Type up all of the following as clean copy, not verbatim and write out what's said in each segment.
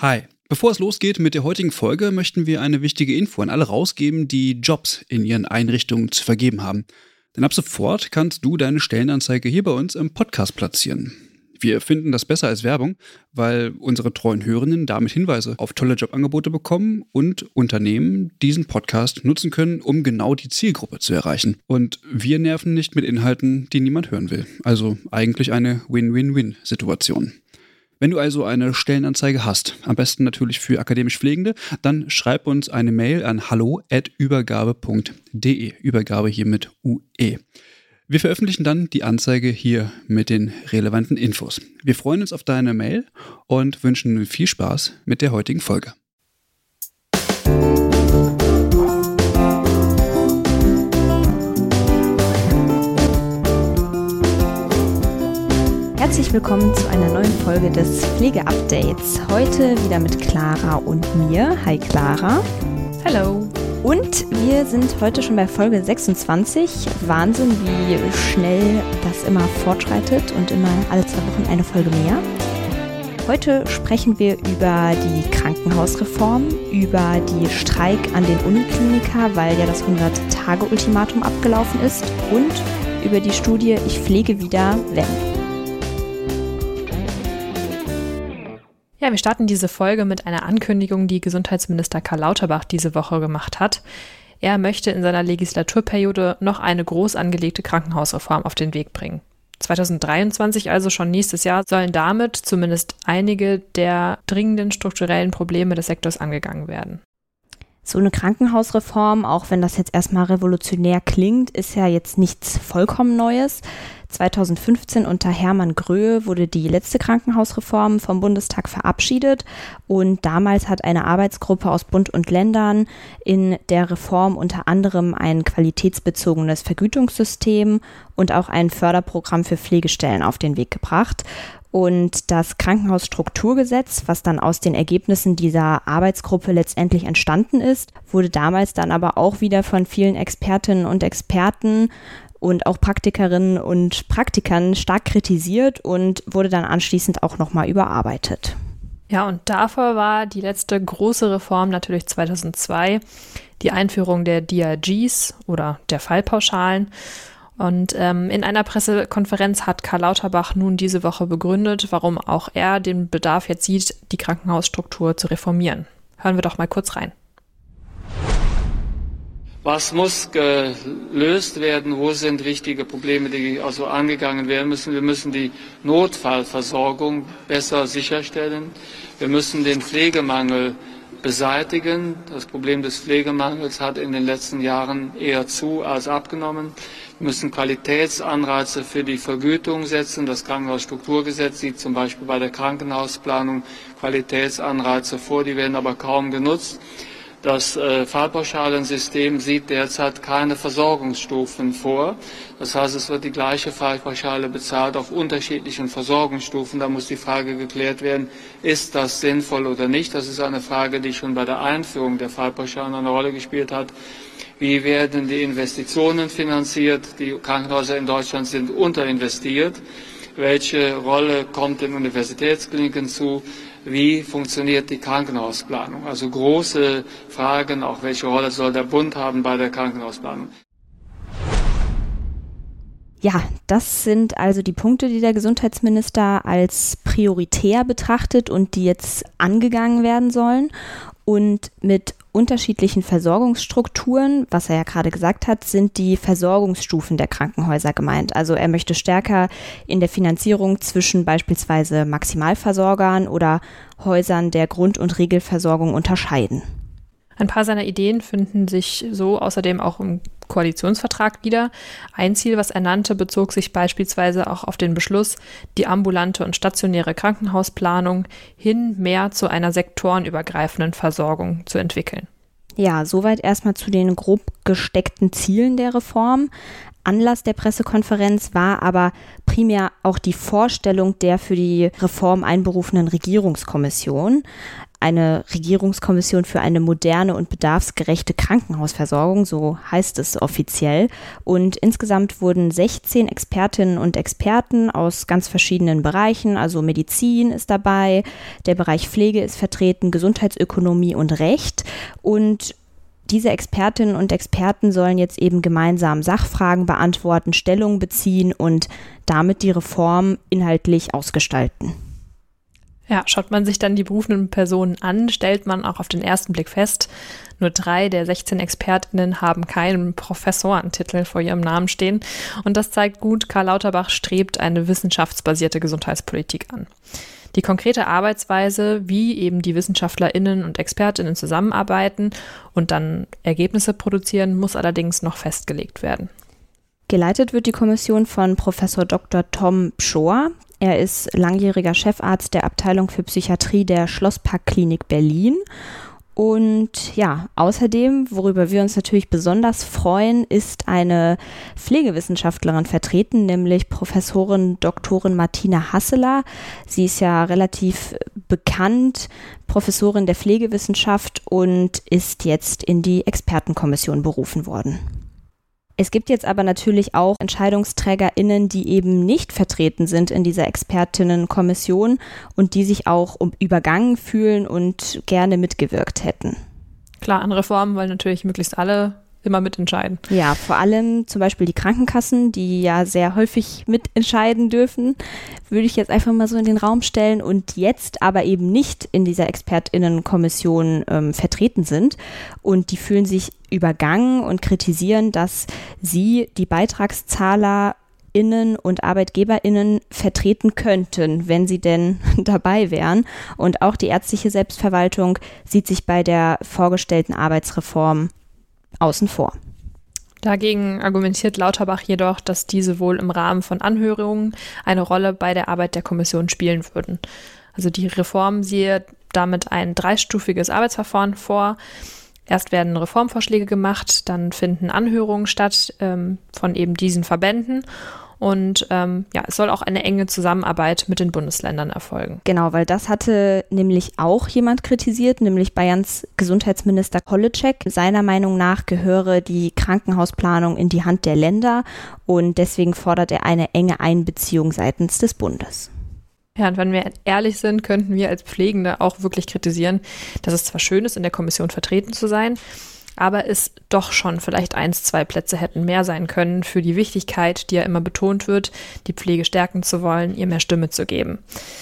Hi. Bevor es losgeht mit der heutigen Folge, möchten wir eine wichtige Info an alle rausgeben, die Jobs in ihren Einrichtungen zu vergeben haben. Denn ab sofort kannst du deine Stellenanzeige hier bei uns im Podcast platzieren. Wir finden das besser als Werbung, weil unsere treuen Hörerinnen damit Hinweise auf tolle Jobangebote bekommen und Unternehmen diesen Podcast nutzen können, um genau die Zielgruppe zu erreichen. Und wir nerven nicht mit Inhalten, die niemand hören will. Also eigentlich eine Win-Win-Win-Situation. Wenn du also eine Stellenanzeige hast, am besten natürlich für akademisch Pflegende, dann schreib uns eine Mail an hallo@übergabe.de. Übergabe hier mit UE. Wir veröffentlichen dann die Anzeige hier mit den relevanten Infos. Wir freuen uns auf deine Mail und wünschen viel Spaß mit der heutigen Folge. Herzlich willkommen zu einer neuen Folge des Pflege-Updates. Heute wieder mit Clara und mir. Hi Clara. Hallo. Und wir sind heute schon bei Folge 26. Wahnsinn, wie schnell das immer fortschreitet und immer alle 2 Wochen eine Folge mehr. Heute sprechen wir über die Krankenhausreform, über die Streik an den Uniklinika, weil ja das 100-Tage-Ultimatum abgelaufen ist, und über die Studie Ich pflege wieder, wenn. Ja, wir starten diese Folge mit einer Ankündigung, die Gesundheitsminister Karl Lauterbach diese Woche gemacht hat. Er möchte in seiner Legislaturperiode noch eine groß angelegte Krankenhausreform auf den Weg bringen. 2023, also schon nächstes Jahr, sollen damit zumindest einige der dringenden strukturellen Probleme des Sektors angegangen werden. So eine Krankenhausreform, auch wenn das jetzt erstmal revolutionär klingt, ist ja jetzt nichts vollkommen Neues. 2015 unter Hermann Gröhe wurde die letzte Krankenhausreform vom Bundestag verabschiedet, und damals hat eine Arbeitsgruppe aus Bund und Ländern in der Reform unter anderem ein qualitätsbezogenes Vergütungssystem und auch ein Förderprogramm für Pflegestellen auf den Weg gebracht. Und das Krankenhausstrukturgesetz, was dann aus den Ergebnissen dieser Arbeitsgruppe letztendlich entstanden ist, wurde damals dann aber auch wieder von vielen Expertinnen und Experten und auch Praktikerinnen und Praktikern stark kritisiert und wurde dann anschließend auch nochmal überarbeitet. Ja, und davor war die letzte große Reform natürlich 2002 die Einführung der DRGs oder der Fallpauschalen. Und in einer Pressekonferenz hat Karl Lauterbach nun diese Woche begründet, warum auch er den Bedarf jetzt sieht, die Krankenhausstruktur zu reformieren. Hören wir doch mal kurz rein. Was muss gelöst werden? Wo sind wichtige Probleme, die also angegangen werden müssen? Wir müssen die Notfallversorgung besser sicherstellen. Wir müssen den Pflegemangel beseitigen. Das Problem des Pflegemangels hat in den letzten Jahren eher zu als abgenommen. Wir müssen Qualitätsanreize für die Vergütung setzen. Das Krankenhausstrukturgesetz sieht zum Beispiel bei der Krankenhausplanung Qualitätsanreize vor, die werden aber kaum genutzt. Das Fallpauschalensystem sieht derzeit keine Versorgungsstufen vor. Das heißt, es wird die gleiche Fallpauschale bezahlt auf unterschiedlichen Versorgungsstufen. Da muss die Frage geklärt werden, ist das sinnvoll oder nicht? Das ist eine Frage, die schon bei der Einführung der Fallpauschalen eine Rolle gespielt hat. Wie werden die Investitionen finanziert? Die Krankenhäuser in Deutschland sind unterinvestiert. Welche Rolle kommt den Universitätskliniken zu? Wie funktioniert die Krankenhausplanung? Also große Fragen, auch welche Rolle soll der Bund haben bei der Krankenhausplanung? Ja, das sind also die Punkte, die der Gesundheitsminister als prioritär betrachtet und die jetzt angegangen werden sollen. Und mit unterschiedlichen Versorgungsstrukturen, was er ja gerade gesagt hat, sind die Versorgungsstufen der Krankenhäuser gemeint. Also er möchte stärker in der Finanzierung zwischen beispielsweise Maximalversorgern oder Häusern der Grund- und Regelversorgung unterscheiden. Ein paar seiner Ideen finden sich so außerdem auch im Koalitionsvertrag wieder. Ein Ziel, was er nannte, bezog sich beispielsweise auch auf den Beschluss, die ambulante und stationäre Krankenhausplanung hin mehr zu einer sektorenübergreifenden Versorgung zu entwickeln. Ja, soweit erstmal zu den grob gesteckten Zielen der Reform. Anlass der Pressekonferenz war aber primär auch die Vorstellung der für die Reform einberufenen Regierungskommission. eine Regierungskommission für eine moderne und bedarfsgerechte Krankenhausversorgung, so heißt es offiziell. Und insgesamt wurden 16 Expertinnen und Experten aus ganz verschiedenen Bereichen, also Medizin ist dabei, der Bereich Pflege ist vertreten, Gesundheitsökonomie und Recht. Und diese Expertinnen und Experten sollen jetzt eben gemeinsam Sachfragen beantworten, Stellung beziehen und damit die Reform inhaltlich ausgestalten. Ja, schaut man sich dann die berufenen Personen an, stellt man auch auf den ersten Blick fest, nur 3 der 16 ExpertInnen haben keinen Professorentitel vor ihrem Namen stehen. Und das zeigt gut, Karl Lauterbach strebt eine wissenschaftsbasierte Gesundheitspolitik an. Die konkrete Arbeitsweise, wie eben die WissenschaftlerInnen und ExpertInnen zusammenarbeiten und dann Ergebnisse produzieren, muss allerdings noch festgelegt werden. Geleitet wird die Kommission von Professor Dr. Tom Pschorr. Er ist langjähriger Chefarzt der Abteilung für Psychiatrie der Schlossparkklinik Berlin. Und ja, außerdem, worüber wir uns natürlich besonders freuen, ist eine Pflegewissenschaftlerin vertreten, nämlich Professorin Doktorin Martina Hasseler. Sie ist ja relativ bekannt, Professorin der Pflegewissenschaft und ist jetzt in die Expertenkommission berufen worden. Es gibt jetzt aber natürlich auch EntscheidungsträgerInnen, die eben nicht vertreten sind in dieser Expertinnenkommission und die sich auch übergangen fühlen und gerne mitgewirkt hätten. Klar, an Reformen wollen natürlich möglichst alle immer mitentscheiden. Ja, vor allem zum Beispiel die Krankenkassen, die ja sehr häufig mitentscheiden dürfen, würde ich jetzt einfach mal so in den Raum stellen und jetzt aber eben nicht in dieser ExpertInnenkommission vertreten sind. Und die fühlen sich übergangen und kritisieren, dass sie die BeitragszahlerInnen und ArbeitgeberInnen vertreten könnten, wenn sie denn dabei wären. Und auch die ärztliche Selbstverwaltung sieht sich bei der vorgestellten Arbeitsreform außen vor. Dagegen argumentiert Lauterbach jedoch, dass diese wohl im Rahmen von Anhörungen eine Rolle bei der Arbeit der Kommission spielen würden. Also die Reform sieht damit ein 3-stufiges Arbeitsverfahren vor. Erst werden Reformvorschläge gemacht, dann finden Anhörungen statt von eben diesen Verbänden. Und es soll auch eine enge Zusammenarbeit mit den Bundesländern erfolgen. Genau, weil das hatte nämlich auch jemand kritisiert, nämlich Bayerns Gesundheitsminister Holitschek. Seiner Meinung nach gehöre die Krankenhausplanung in die Hand der Länder und deswegen fordert er eine enge Einbeziehung seitens des Bundes. Ja, und wenn wir ehrlich sind, könnten wir als Pflegende auch wirklich kritisieren, dass es zwar schön ist, in der Kommission vertreten zu sein, aber es doch schon vielleicht 1-2 Plätze hätten mehr sein können für die Wichtigkeit, die ja immer betont wird, die Pflege stärken zu wollen, ihr mehr Stimme zu geben.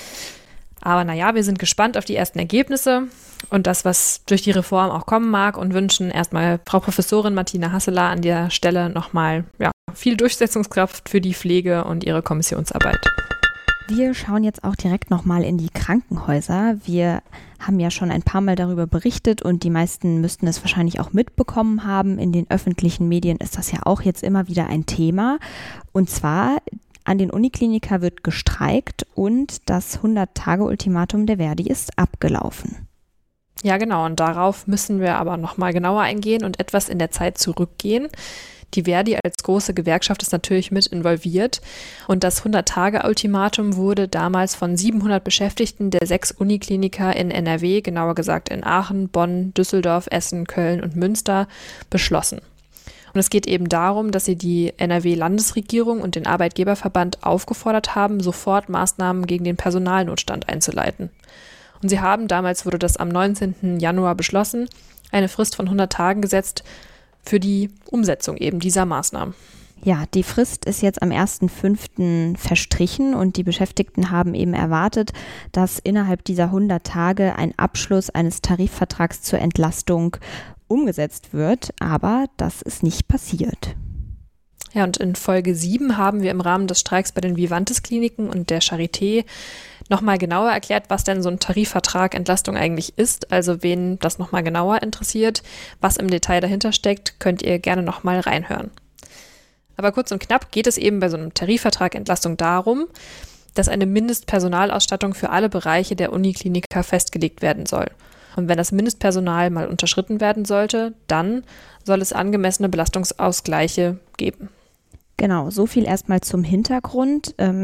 Aber naja, wir sind gespannt auf die ersten Ergebnisse und das, was durch die Reform auch kommen mag und wünschen erstmal Frau Professorin Martina Hasseler an der Stelle nochmal viel Durchsetzungskraft für die Pflege und ihre Kommissionsarbeit. Wir schauen jetzt auch direkt nochmal in die Krankenhäuser. Wir haben ja schon ein paar Mal darüber berichtet und die meisten müssten es wahrscheinlich auch mitbekommen haben. In den öffentlichen Medien ist das ja auch jetzt immer wieder ein Thema. Und zwar an den Uniklinika wird gestreikt und das 100-Tage-Ultimatum der Verdi ist abgelaufen. Ja, genau. Und darauf müssen wir aber nochmal genauer eingehen und etwas in der Zeit zurückgehen. Die Verdi als große Gewerkschaft ist natürlich mit involviert und das 100-Tage-Ultimatum wurde damals von 700 Beschäftigten der 6 Unikliniker in NRW, genauer gesagt in Aachen, Bonn, Düsseldorf, Essen, Köln und Münster, beschlossen. Und es geht eben darum, dass sie die NRW-Landesregierung und den Arbeitgeberverband aufgefordert haben, sofort Maßnahmen gegen den Personalnotstand einzuleiten. Und sie haben, damals wurde das am 19. Januar beschlossen, eine Frist von 100 Tagen gesetzt, für die Umsetzung eben dieser Maßnahmen. Ja, die Frist ist jetzt am 1.5. verstrichen und die Beschäftigten haben eben erwartet, dass innerhalb dieser 100 Tage ein Abschluss eines Tarifvertrags zur Entlastung umgesetzt wird, aber das ist nicht passiert. Ja, und in Folge 7 haben wir im Rahmen des Streiks bei den Vivantes-Kliniken und der Charité nochmal genauer erklärt, was denn so ein Tarifvertrag Entlastung eigentlich ist. Also wen das nochmal genauer interessiert, was im Detail dahinter steckt, könnt ihr gerne nochmal reinhören. Aber kurz und knapp geht es eben bei so einem Tarifvertrag Entlastung darum, dass eine Mindestpersonalausstattung für alle Bereiche der Unikliniker festgelegt werden soll. Und wenn das Mindestpersonal mal unterschritten werden sollte, dann soll es angemessene Belastungsausgleiche geben. Genau, so viel erstmal zum Hintergrund.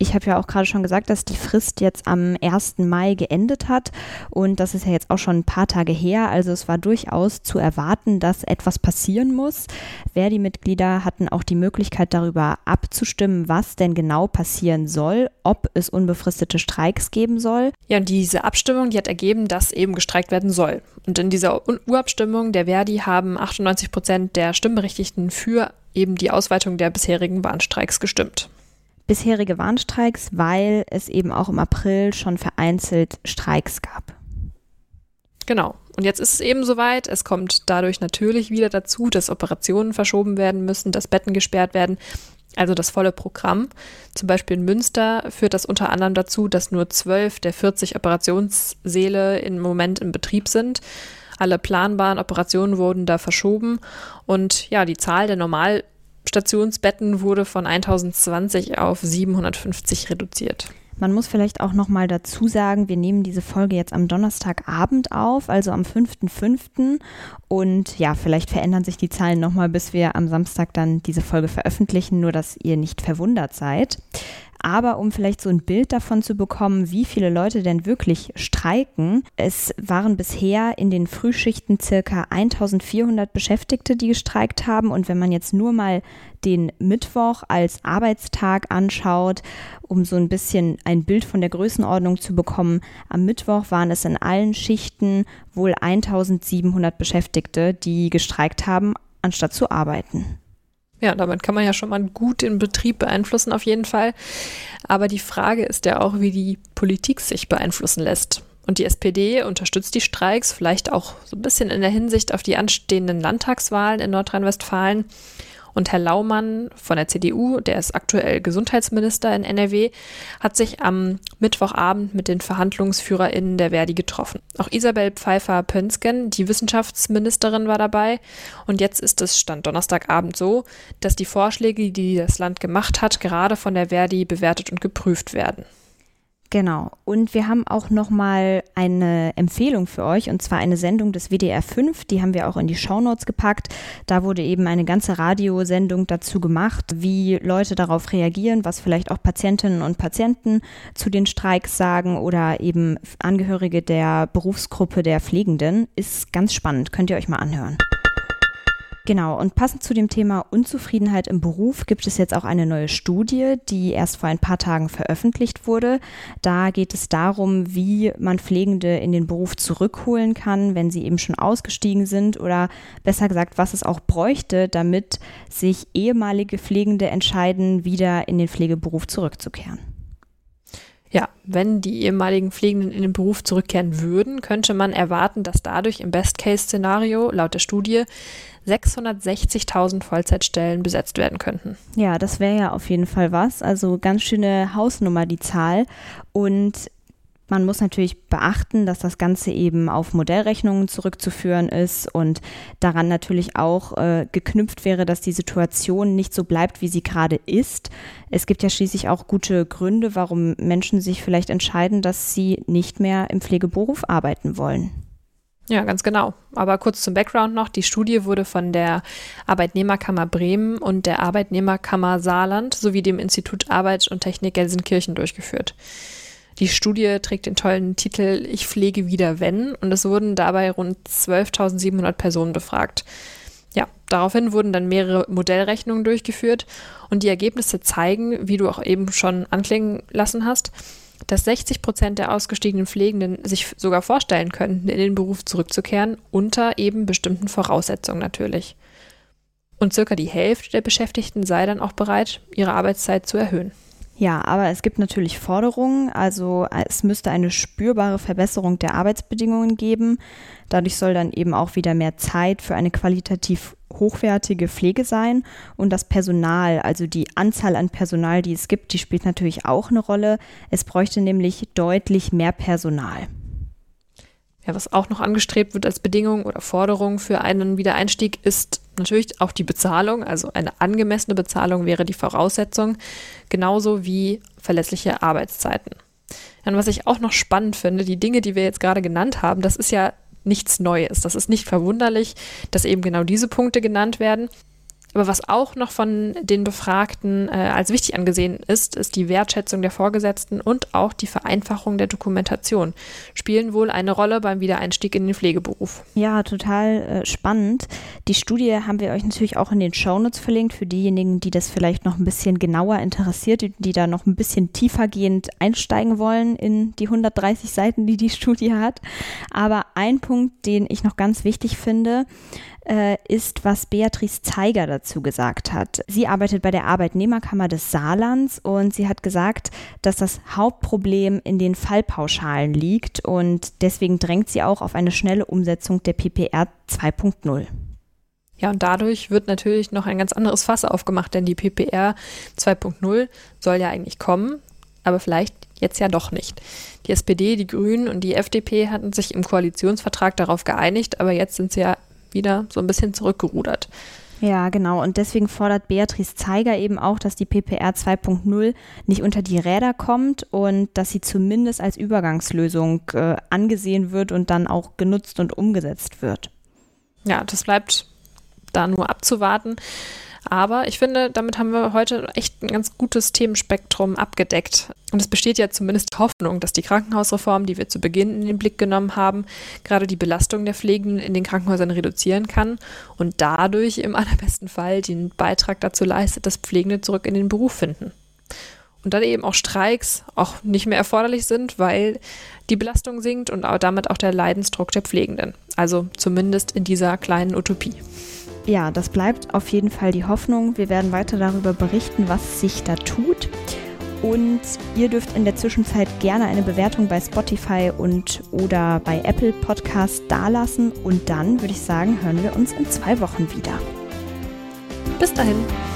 Ich habe ja auch gerade schon gesagt, dass die Frist jetzt am 1. Mai geendet hat und das ist ja jetzt auch schon ein paar Tage her. Also es war durchaus zu erwarten, dass etwas passieren muss. Verdi-Mitglieder hatten auch die Möglichkeit, darüber abzustimmen, was denn genau passieren soll, ob es unbefristete Streiks geben soll. Ja, und diese Abstimmung, die hat ergeben, dass eben gestreikt werden soll. Und in dieser Urabstimmung der Verdi haben 98% der Stimmberechtigten für eben die Ausweitung der bisherigen Warnstreiks gestimmt. Bisherige Warnstreiks, weil es eben auch im April schon vereinzelt Streiks gab. Genau. Und jetzt ist es eben soweit. Es kommt dadurch natürlich wieder dazu, dass Operationen verschoben werden müssen, dass Betten gesperrt werden. Also das volle Programm. Zum Beispiel in Münster führt das unter anderem dazu, dass nur 12 der 40 Operationssäle im Moment in Betrieb sind. Alle planbaren Operationen wurden da verschoben. Und ja, die Zahl der Normalstationsbetten wurde von 1020 auf 750 reduziert. Man muss vielleicht auch noch mal dazu sagen, wir nehmen diese Folge jetzt am Donnerstagabend auf, also am 5.5. Und ja, vielleicht verändern sich die Zahlen noch mal, bis wir am Samstag dann diese Folge veröffentlichen, nur dass ihr nicht verwundert seid. Aber um vielleicht so ein Bild davon zu bekommen, wie viele Leute denn wirklich streiken, es waren bisher in den Frühschichten circa 1400 Beschäftigte, die gestreikt haben. Und wenn man jetzt nur mal den Mittwoch als Arbeitstag anschaut, um so ein bisschen ein Bild von der Größenordnung zu bekommen, am Mittwoch waren es in allen Schichten wohl 1700 Beschäftigte, die gestreikt haben, anstatt zu arbeiten. Ja, damit kann man ja schon mal gut den Betrieb beeinflussen auf jeden Fall. Aber die Frage ist ja auch, wie die Politik sich beeinflussen lässt. Und die SPD unterstützt die Streiks, vielleicht auch so ein bisschen in der Hinsicht auf die anstehenden Landtagswahlen in Nordrhein-Westfalen. Und Herr Laumann von der CDU, der ist aktuell Gesundheitsminister in NRW, hat sich am Mittwochabend mit den VerhandlungsführerInnen der Verdi getroffen. Auch Isabel Pfeiffer-Pönsken, die Wissenschaftsministerin, war dabei. Und jetzt ist es Stand Donnerstagabend so, dass die Vorschläge, die das Land gemacht hat, gerade von der Verdi bewertet und geprüft werden. Genau. Und wir haben auch nochmal eine Empfehlung für euch, und zwar eine Sendung des WDR 5, die haben wir auch in die Shownotes gepackt. Da wurde eben eine ganze Radiosendung dazu gemacht, wie Leute darauf reagieren, was vielleicht auch Patientinnen und Patienten zu den Streiks sagen oder eben Angehörige der Berufsgruppe der Pflegenden. Ist ganz spannend, könnt ihr euch mal anhören. Genau, und passend zu dem Thema Unzufriedenheit im Beruf gibt es jetzt auch eine neue Studie, die erst vor ein paar Tagen veröffentlicht wurde. Da geht es darum, wie man Pflegende in den Beruf zurückholen kann, wenn sie eben schon ausgestiegen sind, oder besser gesagt, was es auch bräuchte, damit sich ehemalige Pflegende entscheiden, wieder in den Pflegeberuf zurückzukehren. Ja, wenn die ehemaligen Pflegenden in den Beruf zurückkehren würden, könnte man erwarten, dass dadurch im Best-Case-Szenario laut der Studie 660.000 Vollzeitstellen besetzt werden könnten. Ja, das wäre ja auf jeden Fall was. Also ganz schöne Hausnummer, die Zahl. Und man muss natürlich beachten, dass das Ganze eben auf Modellrechnungen zurückzuführen ist und daran natürlich auch geknüpft wäre, dass die Situation nicht so bleibt, wie sie gerade ist. Es gibt ja schließlich auch gute Gründe, warum Menschen sich vielleicht entscheiden, dass sie nicht mehr im Pflegeberuf arbeiten wollen. Ja, ganz genau. Aber kurz zum Background noch. Die Studie wurde von der Arbeitnehmerkammer Bremen und der Arbeitnehmerkammer Saarland sowie dem Institut Arbeit und Technik Gelsenkirchen durchgeführt. Die Studie trägt den tollen Titel Ich pflege wieder, wenn, und es wurden dabei rund 12.700 Personen befragt. Ja, daraufhin wurden dann mehrere Modellrechnungen durchgeführt und die Ergebnisse zeigen, wie du auch eben schon anklingen lassen hast, dass 60% der ausgestiegenen Pflegenden sich sogar vorstellen könnten, in den Beruf zurückzukehren, unter eben bestimmten Voraussetzungen natürlich. Und circa die Hälfte der Beschäftigten sei dann auch bereit, ihre Arbeitszeit zu erhöhen. Ja, aber es gibt natürlich Forderungen, also es müsste eine spürbare Verbesserung der Arbeitsbedingungen geben. Dadurch soll dann eben auch wieder mehr Zeit für eine qualitativ hochwertige Pflege sein. Und das Personal, also die Anzahl an Personal, die es gibt, die spielt natürlich auch eine Rolle. Es bräuchte nämlich deutlich mehr Personal. Ja, was auch noch angestrebt wird als Bedingung oder Forderung für einen Wiedereinstieg, ist natürlich auch die Bezahlung. Also eine angemessene Bezahlung wäre die Voraussetzung, genauso wie verlässliche Arbeitszeiten. Und was ich auch noch spannend finde, die Dinge, die wir jetzt gerade genannt haben, das ist ja nichts Neues. Das ist nicht verwunderlich, dass eben genau diese Punkte genannt werden. Aber was auch noch von den Befragten als wichtig angesehen ist die Wertschätzung der Vorgesetzten und auch die Vereinfachung der Dokumentation. Spielen wohl eine Rolle beim Wiedereinstieg in den Pflegeberuf. Ja, total spannend. Die Studie haben wir euch natürlich auch in den Shownotes verlinkt, für diejenigen, die das vielleicht noch ein bisschen genauer interessiert, die da noch ein bisschen tiefergehend einsteigen wollen in die 130 Seiten, die Studie hat. Aber ein Punkt, den ich noch ganz wichtig finde, ist, was Beatrice Zeiger dazu gesagt hat. Sie arbeitet bei der Arbeitnehmerkammer des Saarlands und sie hat gesagt, dass das Hauptproblem in den Fallpauschalen liegt und deswegen drängt sie auch auf eine schnelle Umsetzung der PPR 2.0. Ja, und dadurch wird natürlich noch ein ganz anderes Fass aufgemacht, denn die PPR 2.0 soll ja eigentlich kommen, aber vielleicht jetzt ja doch nicht. Die SPD, die Grünen und die FDP hatten sich im Koalitionsvertrag darauf geeinigt, aber jetzt sind sie ja wieder so ein bisschen zurückgerudert. Ja, genau. Und deswegen fordert Beatrice Zeiger eben auch, dass die PPR 2.0 nicht unter die Räder kommt und dass sie zumindest als Übergangslösung angesehen wird und dann auch genutzt und umgesetzt wird. Ja, das bleibt da nur abzuwarten. Aber ich finde, damit haben wir heute echt ein ganz gutes Themenspektrum abgedeckt. Und es besteht ja zumindest Hoffnung, dass die Krankenhausreform, die wir zu Beginn in den Blick genommen haben, gerade die Belastung der Pflegenden in den Krankenhäusern reduzieren kann und dadurch im allerbesten Fall den Beitrag dazu leistet, dass Pflegende zurück in den Beruf finden. Und dann eben auch Streiks auch nicht mehr erforderlich sind, weil die Belastung sinkt und damit auch der Leidensdruck der Pflegenden. Also zumindest in dieser kleinen Utopie. Ja, das bleibt auf jeden Fall die Hoffnung. Wir werden weiter darüber berichten, was sich da tut. Und ihr dürft in der Zwischenzeit gerne eine Bewertung bei Spotify oder bei Apple Podcast dalassen. Und dann würde ich sagen, hören wir uns in 2 Wochen wieder. Bis dahin.